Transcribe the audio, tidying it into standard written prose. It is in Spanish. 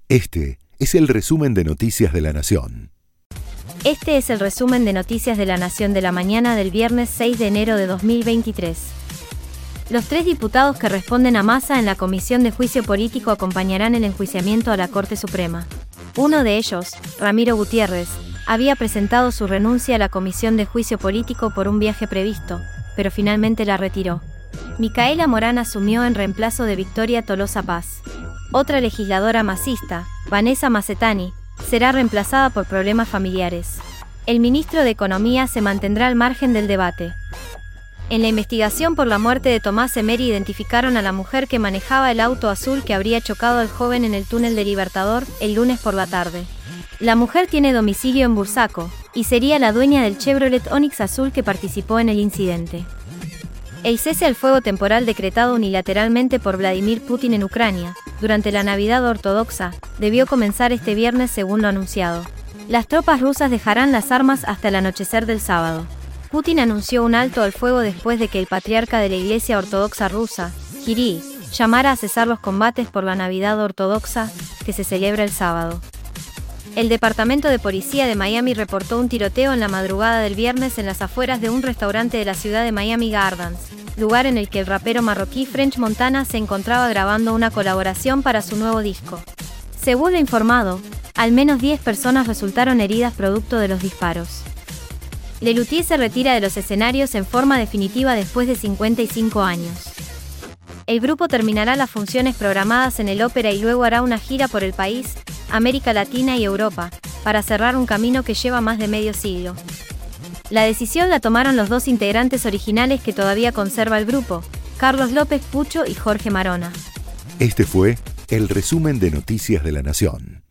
Este es el resumen de Noticias de la Nación. Este es el resumen de Noticias de la Nación de la mañana del viernes 6 de enero de 2023. Los 3 diputados que responden a Massa en la Comisión de Juicio Político acompañarán el enjuiciamiento a la Corte Suprema. Uno de ellos, Ramiro Gutiérrez, había presentado su renuncia a la Comisión de Juicio Político por un viaje previsto, pero finalmente la retiró. Micaela Morán asumió en reemplazo de Victoria Tolosa Paz. Otra legisladora masista, Vanessa Macetani, será reemplazada por problemas familiares. El ministro de Economía se mantendrá al margen del debate. En la investigación por la muerte de Tomás Emery identificaron a la mujer que manejaba el auto azul que habría chocado al joven en el túnel de Libertador el lunes por la tarde. La mujer tiene domicilio en Bursaco y sería la dueña del Chevrolet Onix azul que participó en el incidente. El cese al fuego temporal decretado unilateralmente por Vladimir Putin en Ucrania, durante la Navidad ortodoxa, debió comenzar este viernes según lo anunciado. Las tropas rusas dejarán las armas hasta el anochecer del sábado. Putin anunció un alto al fuego después de que el patriarca de la Iglesia Ortodoxa rusa, Kirill, llamara a cesar los combates por la Navidad ortodoxa, que se celebra el sábado. El Departamento de Policía de Miami reportó un tiroteo en la madrugada del viernes en las afueras de un restaurante de la ciudad de Miami Gardens, lugar en el que el rapero marroquí French Montana se encontraba grabando una colaboración para su nuevo disco. Según lo informado, al menos 10 personas resultaron heridas producto de los disparos. Lelutier se retira de los escenarios en forma definitiva después de 55 años. El grupo terminará las funciones programadas en el Ópera y luego hará una gira por el país, América Latina y Europa, para cerrar un camino que lleva más de medio siglo. La decisión la tomaron los 2 integrantes originales que todavía conserva el grupo, Carlos López Pucho y Jorge Marona. Este fue el resumen de Noticias de la Nación.